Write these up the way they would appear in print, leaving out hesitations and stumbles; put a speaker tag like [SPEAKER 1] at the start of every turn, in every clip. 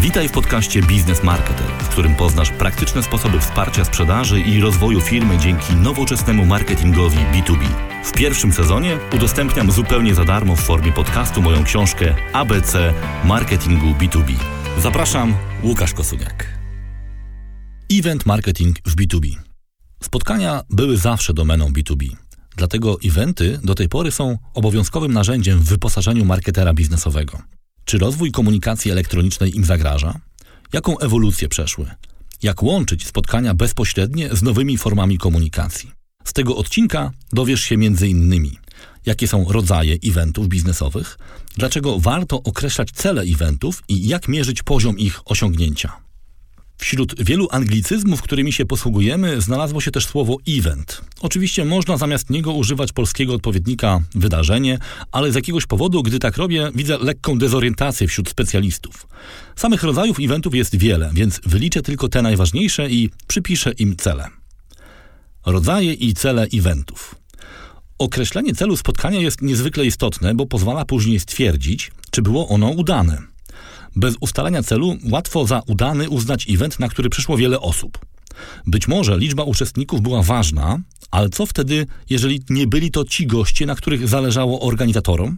[SPEAKER 1] Witaj w podcaście Biznes Marketer, w którym poznasz praktyczne sposoby wsparcia sprzedaży i rozwoju firmy dzięki nowoczesnemu marketingowi B2B. W pierwszym sezonie udostępniam zupełnie za darmo w formie podcastu moją książkę ABC Marketingu B2B. Zapraszam, Łukasz Kosuniak. Event marketing w B2B. Spotkania były zawsze domeną B2B. Dlatego eventy do tej pory są obowiązkowym narzędziem w wyposażeniu marketera biznesowego. Czy rozwój komunikacji elektronicznej im zagraża? Jaką ewolucję przeszły? Jak łączyć spotkania bezpośrednie z nowymi formami komunikacji? Z tego odcinka dowiesz się m.in. jakie są rodzaje eventów biznesowych, dlaczego warto określać cele eventów i jak mierzyć poziom ich osiągnięcia. Wśród wielu anglicyzmów, którymi się posługujemy, znalazło się też słowo event. Oczywiście można zamiast niego używać polskiego odpowiednika wydarzenie, ale z jakiegoś powodu, gdy tak robię, widzę lekką dezorientację wśród specjalistów. Samych rodzajów eventów jest wiele, więc wyliczę tylko te najważniejsze i przypiszę im cele. Rodzaje i cele eventów. Określenie celu spotkania jest niezwykle istotne, bo pozwala później stwierdzić, czy było ono udane. Bez ustalenia celu łatwo za udany uznać event, na który przyszło wiele osób. Być może liczba uczestników była ważna, ale co wtedy, jeżeli nie byli to ci goście, na których zależało organizatorom?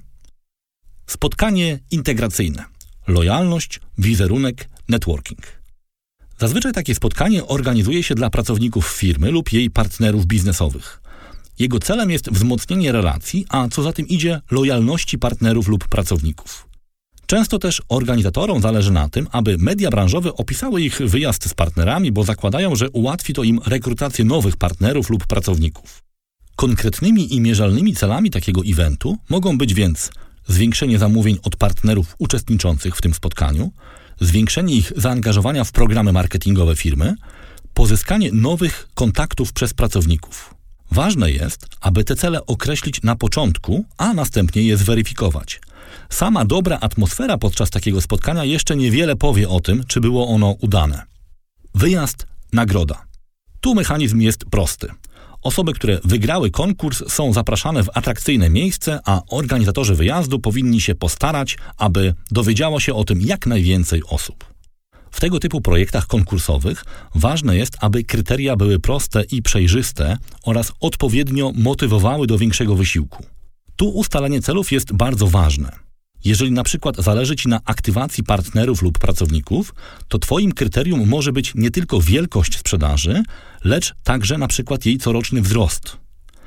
[SPEAKER 1] Spotkanie integracyjne. Lojalność, wizerunek, networking. Zazwyczaj takie spotkanie organizuje się dla pracowników firmy lub jej partnerów biznesowych. Jego celem jest wzmocnienie relacji, a co za tym idzie, lojalności partnerów lub pracowników. Często też organizatorom zależy na tym, aby media branżowe opisały ich wyjazd z partnerami, bo zakładają, że ułatwi to im rekrutację nowych partnerów lub pracowników. Konkretnymi i mierzalnymi celami takiego eventu mogą być więc zwiększenie zamówień od partnerów uczestniczących w tym spotkaniu, zwiększenie ich zaangażowania w programy marketingowe firmy, pozyskanie nowych kontaktów przez pracowników. Ważne jest, aby te cele określić na początku, a następnie je zweryfikować. Sama dobra atmosfera podczas takiego spotkania jeszcze niewiele powie o tym, czy było ono udane. Wyjazd, nagroda. Tu mechanizm jest prosty. Osoby, które wygrały konkurs, są zapraszane w atrakcyjne miejsce, a organizatorzy wyjazdu powinni się postarać, aby dowiedziało się o tym jak najwięcej osób. W tego typu projektach konkursowych ważne jest, aby kryteria były proste i przejrzyste oraz odpowiednio motywowały do większego wysiłku. Tu ustalenie celów jest bardzo ważne. Jeżeli na przykład zależy Ci na aktywacji partnerów lub pracowników, to Twoim kryterium może być nie tylko wielkość sprzedaży, lecz także na przykład jej coroczny wzrost.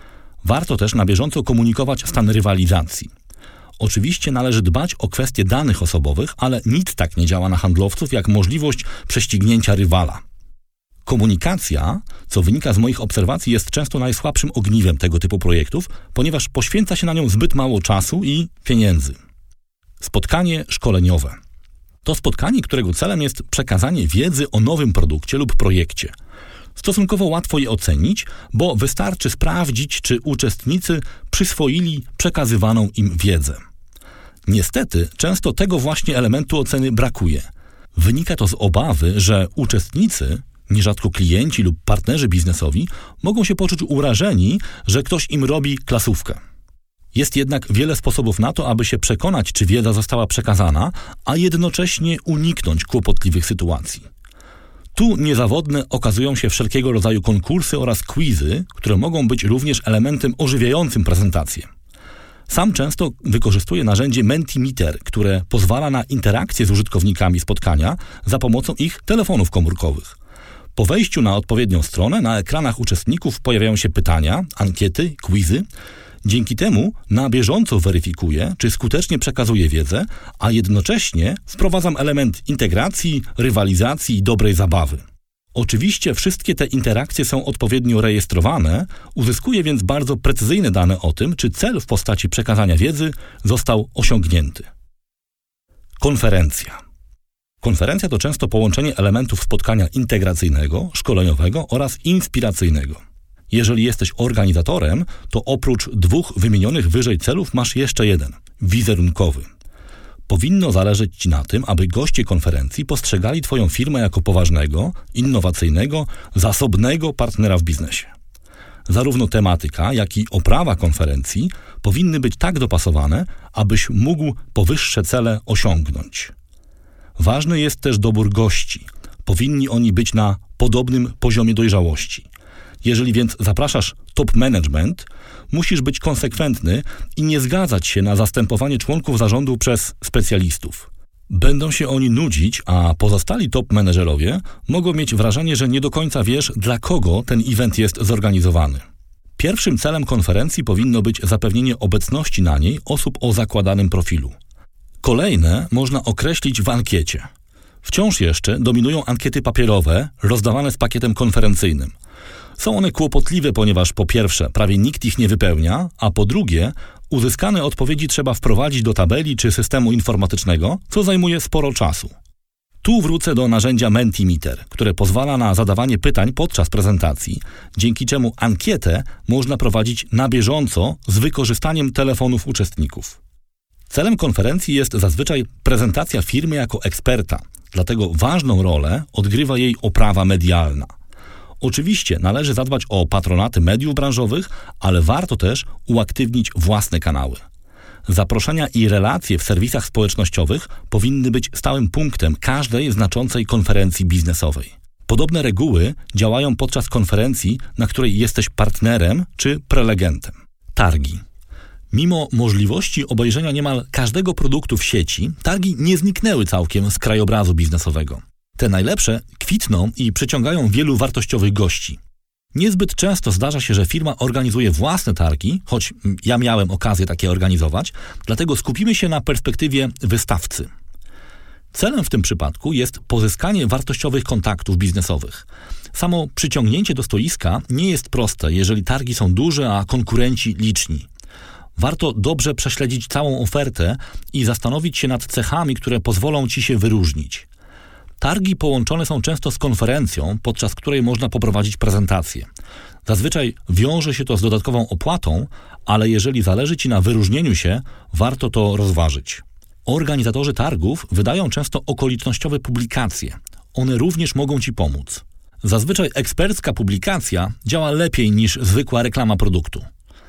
[SPEAKER 1] Warto też na bieżąco komunikować stan rywalizacji. Oczywiście należy dbać o kwestie danych osobowych, ale nic tak nie działa na handlowców jak możliwość prześcignięcia rywala. Komunikacja, co wynika z moich obserwacji, jest często najsłabszym ogniwem tego typu projektów, ponieważ poświęca się na nią zbyt mało czasu i pieniędzy. Spotkanie szkoleniowe. To spotkanie, którego celem jest przekazanie wiedzy o nowym produkcie lub projekcie. Stosunkowo łatwo je ocenić, bo wystarczy sprawdzić, czy uczestnicy przyswoili przekazywaną im wiedzę. Niestety, często tego właśnie elementu oceny brakuje. Wynika to z obawy, że uczestnicy, nierzadko klienci lub partnerzy biznesowi, mogą się poczuć urażeni, że ktoś im robi klasówkę. Jest jednak wiele sposobów na to, aby się przekonać, czy wiedza została przekazana, a jednocześnie uniknąć kłopotliwych sytuacji. Tu niezawodne okazują się wszelkiego rodzaju konkursy oraz quizy, które mogą być również elementem ożywiającym prezentację. Sam często wykorzystuję narzędzie Mentimeter, które pozwala na interakcję z użytkownikami spotkania za pomocą ich telefonów komórkowych. Po wejściu na odpowiednią stronę na ekranach uczestników pojawiają się pytania, ankiety, quizy. Dzięki temu na bieżąco weryfikuję, czy skutecznie przekazuję wiedzę, a jednocześnie wprowadzam element integracji, rywalizacji i dobrej zabawy. Oczywiście wszystkie te interakcje są odpowiednio rejestrowane, uzyskuję więc bardzo precyzyjne dane o tym, czy cel w postaci przekazania wiedzy został osiągnięty. Konferencja. Konferencja to często połączenie elementów spotkania integracyjnego, szkoleniowego oraz inspiracyjnego. Jeżeli jesteś organizatorem, to oprócz dwóch wymienionych wyżej celów masz jeszcze jeden – wizerunkowy. Powinno zależeć Ci na tym, aby goście konferencji postrzegali Twoją firmę jako poważnego, innowacyjnego, zasobnego partnera w biznesie. Zarówno tematyka, jak i oprawa konferencji powinny być tak dopasowane, abyś mógł powyższe cele osiągnąć. Ważny jest też dobór gości. Powinni oni być na podobnym poziomie dojrzałości. Jeżeli więc zapraszasz top management, musisz być konsekwentny i nie zgadzać się na zastępowanie członków zarządu przez specjalistów. Będą się oni nudzić, a pozostali top menedżerowie mogą mieć wrażenie, że nie do końca wiesz, dla kogo ten event jest zorganizowany. Pierwszym celem konferencji powinno być zapewnienie obecności na niej osób o zakładanym profilu. Kolejne można określić w ankiecie. Wciąż jeszcze dominują ankiety papierowe, rozdawane z pakietem konferencyjnym. Są one kłopotliwe, ponieważ po pierwsze prawie nikt ich nie wypełnia, a po drugie uzyskane odpowiedzi trzeba wprowadzić do tabeli czy systemu informatycznego, co zajmuje sporo czasu. Tu wrócę do narzędzia Mentimeter, które pozwala na zadawanie pytań podczas prezentacji, dzięki czemu ankietę można prowadzić na bieżąco z wykorzystaniem telefonów uczestników. Celem konferencji jest zazwyczaj prezentacja firmy jako eksperta, dlatego ważną rolę odgrywa jej oprawa medialna. Oczywiście należy zadbać o patronaty mediów branżowych, ale warto też uaktywnić własne kanały. Zaproszenia i relacje w serwisach społecznościowych powinny być stałym punktem każdej znaczącej konferencji biznesowej. Podobne reguły działają podczas konferencji, na której jesteś partnerem czy prelegentem. Targi. Mimo możliwości obejrzenia niemal każdego produktu w sieci, targi nie zniknęły całkiem z krajobrazu biznesowego. Te najlepsze kwitną i przyciągają wielu wartościowych gości. Niezbyt często zdarza się, że firma organizuje własne targi, choć ja miałem okazję takie organizować, dlatego skupimy się na perspektywie wystawcy. Celem w tym przypadku jest pozyskanie wartościowych kontaktów biznesowych. Samo przyciągnięcie do stoiska nie jest proste, jeżeli targi są duże, a konkurenci liczni. Warto dobrze prześledzić całą ofertę i zastanowić się nad cechami, które pozwolą Ci się wyróżnić. Targi połączone są często z konferencją, podczas której można poprowadzić prezentację. Zazwyczaj wiąże się to z dodatkową opłatą, ale jeżeli zależy Ci na wyróżnieniu się, warto to rozważyć. Organizatorzy targów wydają często okolicznościowe publikacje. One również mogą Ci pomóc. Zazwyczaj ekspercka publikacja działa lepiej niż zwykła reklama produktu.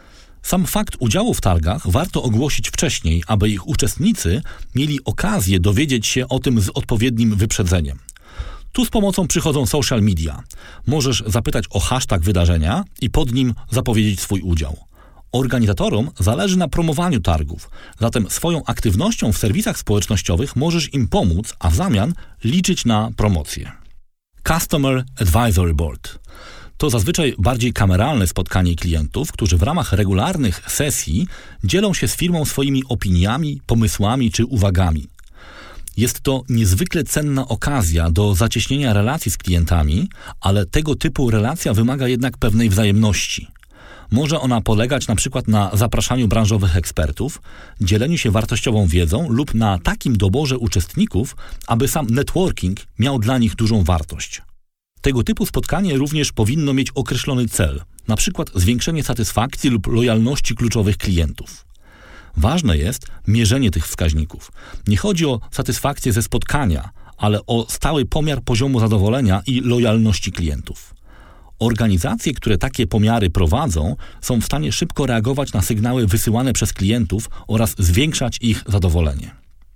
[SPEAKER 1] Sam fakt udziału w targach warto ogłosić wcześniej, aby ich uczestnicy mieli okazję dowiedzieć się o tym z odpowiednim wyprzedzeniem. Tu z pomocą przychodzą social media. Możesz zapytać o hashtag wydarzenia i pod nim zapowiedzieć swój udział. Organizatorom zależy na promowaniu targów, zatem swoją aktywnością w serwisach społecznościowych możesz im pomóc, a w zamian liczyć na promocję. Customer Advisory Board. To zazwyczaj bardziej kameralne spotkanie klientów, którzy w ramach regularnych sesji dzielą się z firmą swoimi opiniami, pomysłami czy uwagami. Jest to niezwykle cenna okazja do zacieśnienia relacji z klientami, ale tego typu relacja wymaga jednak pewnej wzajemności. Może ona polegać na przykład na zapraszaniu branżowych ekspertów, dzieleniu się wartościową wiedzą lub na takim doborze uczestników, aby sam networking miał dla nich dużą wartość. Tego typu spotkanie również powinno mieć określony cel, na przykład zwiększenie satysfakcji lub lojalności kluczowych klientów. Ważne jest mierzenie tych wskaźników. Nie chodzi o satysfakcję ze spotkania, ale o stały pomiar poziomu zadowolenia i lojalności klientów. Organizacje, które takie pomiary prowadzą, są w stanie szybko reagować na sygnały wysyłane przez klientów oraz zwiększać ich zadowolenie.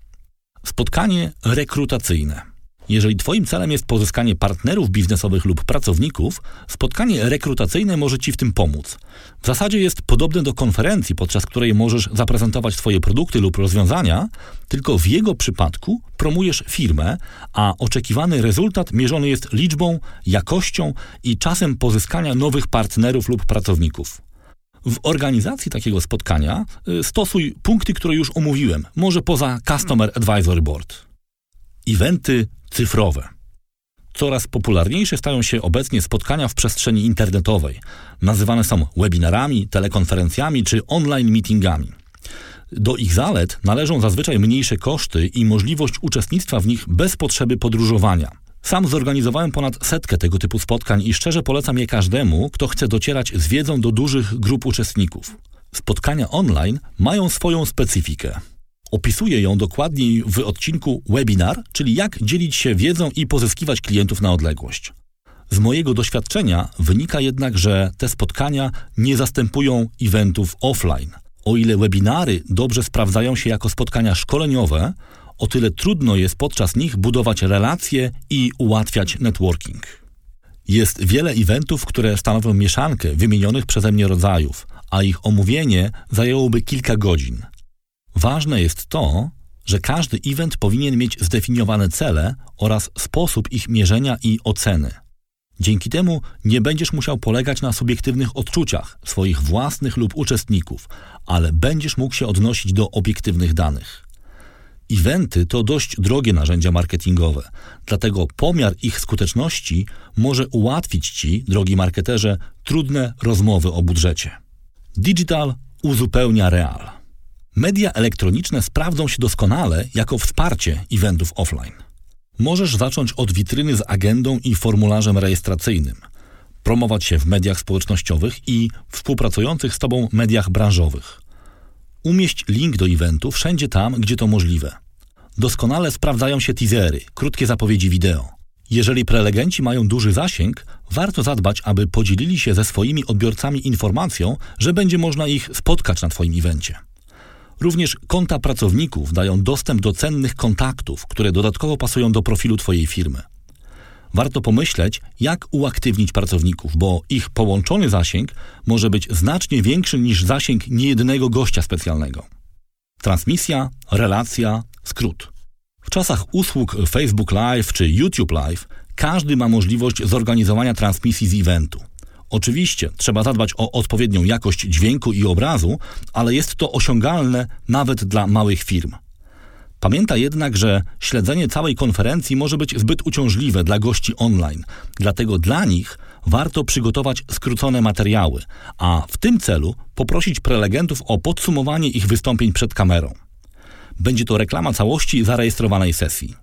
[SPEAKER 1] Spotkanie rekrutacyjne. Jeżeli Twoim celem jest pozyskanie partnerów biznesowych lub pracowników, spotkanie rekrutacyjne może Ci w tym pomóc. W zasadzie jest podobne do konferencji, podczas której możesz zaprezentować swoje produkty lub rozwiązania, tylko w jego przypadku promujesz firmę, a oczekiwany rezultat mierzony jest liczbą, jakością i czasem pozyskania nowych partnerów lub pracowników. W organizacji takiego spotkania stosuj punkty, które już omówiłem, może poza Customer Advisory Board. Eventy cyfrowe. Coraz popularniejsze stają się obecnie spotkania w przestrzeni internetowej. Nazywane są webinarami, telekonferencjami czy online meetingami. Do ich zalet należą zazwyczaj mniejsze koszty i możliwość uczestnictwa w nich bez potrzeby podróżowania. Sam zorganizowałem ponad 100 tego typu spotkań i szczerze polecam je każdemu, kto chce docierać z wiedzą do dużych grup uczestników. Spotkania online mają swoją specyfikę. Opisuję ją dokładniej w odcinku Webinar, czyli jak dzielić się wiedzą i pozyskiwać klientów na odległość. Z mojego doświadczenia wynika jednak, że te spotkania nie zastępują eventów offline. O ile webinary dobrze sprawdzają się jako spotkania szkoleniowe, o tyle trudno jest podczas nich budować relacje i ułatwiać networking. Jest wiele eventów, które stanowią mieszankę wymienionych przeze mnie rodzajów, a ich omówienie zajęłoby kilka godzin. Ważne jest to, że każdy event powinien mieć zdefiniowane cele oraz sposób ich mierzenia i oceny. Dzięki temu nie będziesz musiał polegać na subiektywnych odczuciach swoich własnych lub uczestników, ale będziesz mógł się odnosić do obiektywnych danych. Eventy to dość drogie narzędzia marketingowe, dlatego pomiar ich skuteczności może ułatwić Ci, drogi marketerze, trudne rozmowy o budżecie. Digital uzupełnia real. Media elektroniczne sprawdzą się doskonale jako wsparcie eventów offline. Możesz zacząć od witryny z agendą i formularzem rejestracyjnym, promować się w mediach społecznościowych i współpracujących z Tobą mediach branżowych. Umieść link do eventu wszędzie tam, gdzie to możliwe. Doskonale sprawdzają się teasery, krótkie zapowiedzi wideo. Jeżeli prelegenci mają duży zasięg, warto zadbać, aby podzielili się ze swoimi odbiorcami informacją, że będzie można ich spotkać na Twoim evencie. Również konta pracowników dają dostęp do cennych kontaktów, które dodatkowo pasują do profilu Twojej firmy. Warto pomyśleć, jak uaktywnić pracowników, bo ich połączony zasięg może być znacznie większy niż zasięg niejednego gościa specjalnego. Transmisja, relacja, skrót. W czasach usług Facebook Live czy YouTube Live każdy ma możliwość zorganizowania transmisji z eventu. Oczywiście trzeba zadbać o odpowiednią jakość dźwięku i obrazu, ale jest to osiągalne nawet dla małych firm. Pamiętaj jednak, że śledzenie całej konferencji może być zbyt uciążliwe dla gości online, dlatego dla nich warto przygotować skrócone materiały, a w tym celu poprosić prelegentów o podsumowanie ich wystąpień przed kamerą. Będzie to reklama całości zarejestrowanej sesji.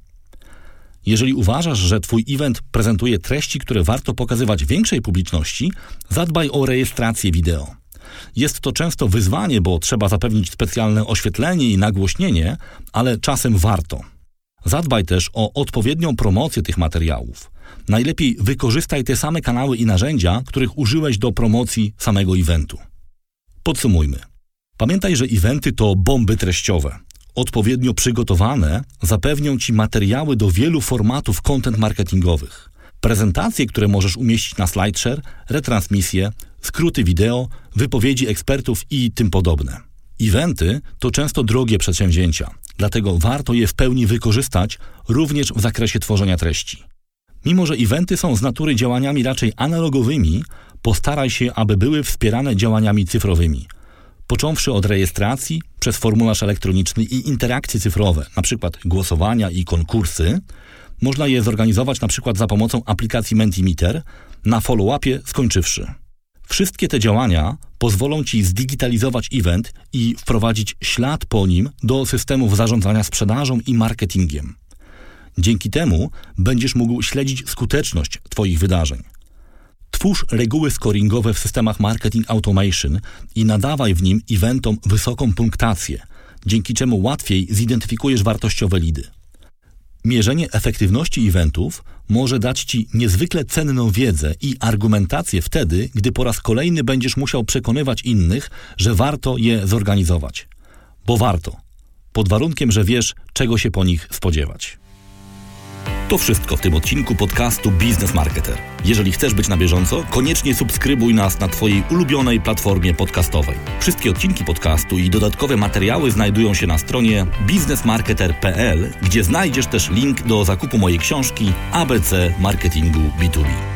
[SPEAKER 1] Jeżeli uważasz, że Twój event prezentuje treści, które warto pokazywać większej publiczności, zadbaj o rejestrację wideo. Jest to często wyzwanie, bo trzeba zapewnić specjalne oświetlenie i nagłośnienie, ale czasem warto. Zadbaj też o odpowiednią promocję tych materiałów. Najlepiej wykorzystaj te same kanały i narzędzia, których użyłeś do promocji samego eventu. Podsumujmy. Pamiętaj, że eventy to bomby treściowe. Odpowiednio przygotowane zapewnią Ci materiały do wielu formatów content marketingowych. Prezentacje, które możesz umieścić na SlideShare, retransmisje, skróty wideo, wypowiedzi ekspertów i tym podobne. Eventy to często drogie przedsięwzięcia, dlatego warto je w pełni wykorzystać również w zakresie tworzenia treści. Mimo że eventy są z natury działaniami raczej analogowymi, postaraj się, aby były wspierane działaniami cyfrowymi. Począwszy od rejestracji, przez formularz elektroniczny i interakcje cyfrowe, np. głosowania i konkursy, można je zorganizować np. za pomocą aplikacji Mentimeter, na follow-upie skończywszy. Wszystkie te działania pozwolą Ci zdigitalizować event i wprowadzić ślad po nim do systemów zarządzania sprzedażą i marketingiem. Dzięki temu będziesz mógł śledzić skuteczność Twoich wydarzeń. Twórz reguły scoringowe w systemach Marketing Automation i nadawaj w nim eventom wysoką punktację, dzięki czemu łatwiej zidentyfikujesz wartościowe lidy. Mierzenie efektywności eventów może dać Ci niezwykle cenną wiedzę i argumentację wtedy, gdy po raz kolejny będziesz musiał przekonywać innych, że warto je zorganizować. Bo warto, pod warunkiem, że wiesz, czego się po nich spodziewać. To wszystko w tym odcinku podcastu Biznes Marketer. Jeżeli chcesz być na bieżąco, koniecznie subskrybuj nas na Twojej ulubionej platformie podcastowej. Wszystkie odcinki podcastu i dodatkowe materiały znajdują się na stronie biznesmarketer.pl, gdzie znajdziesz też link do zakupu mojej książki ABC Marketingu B2B.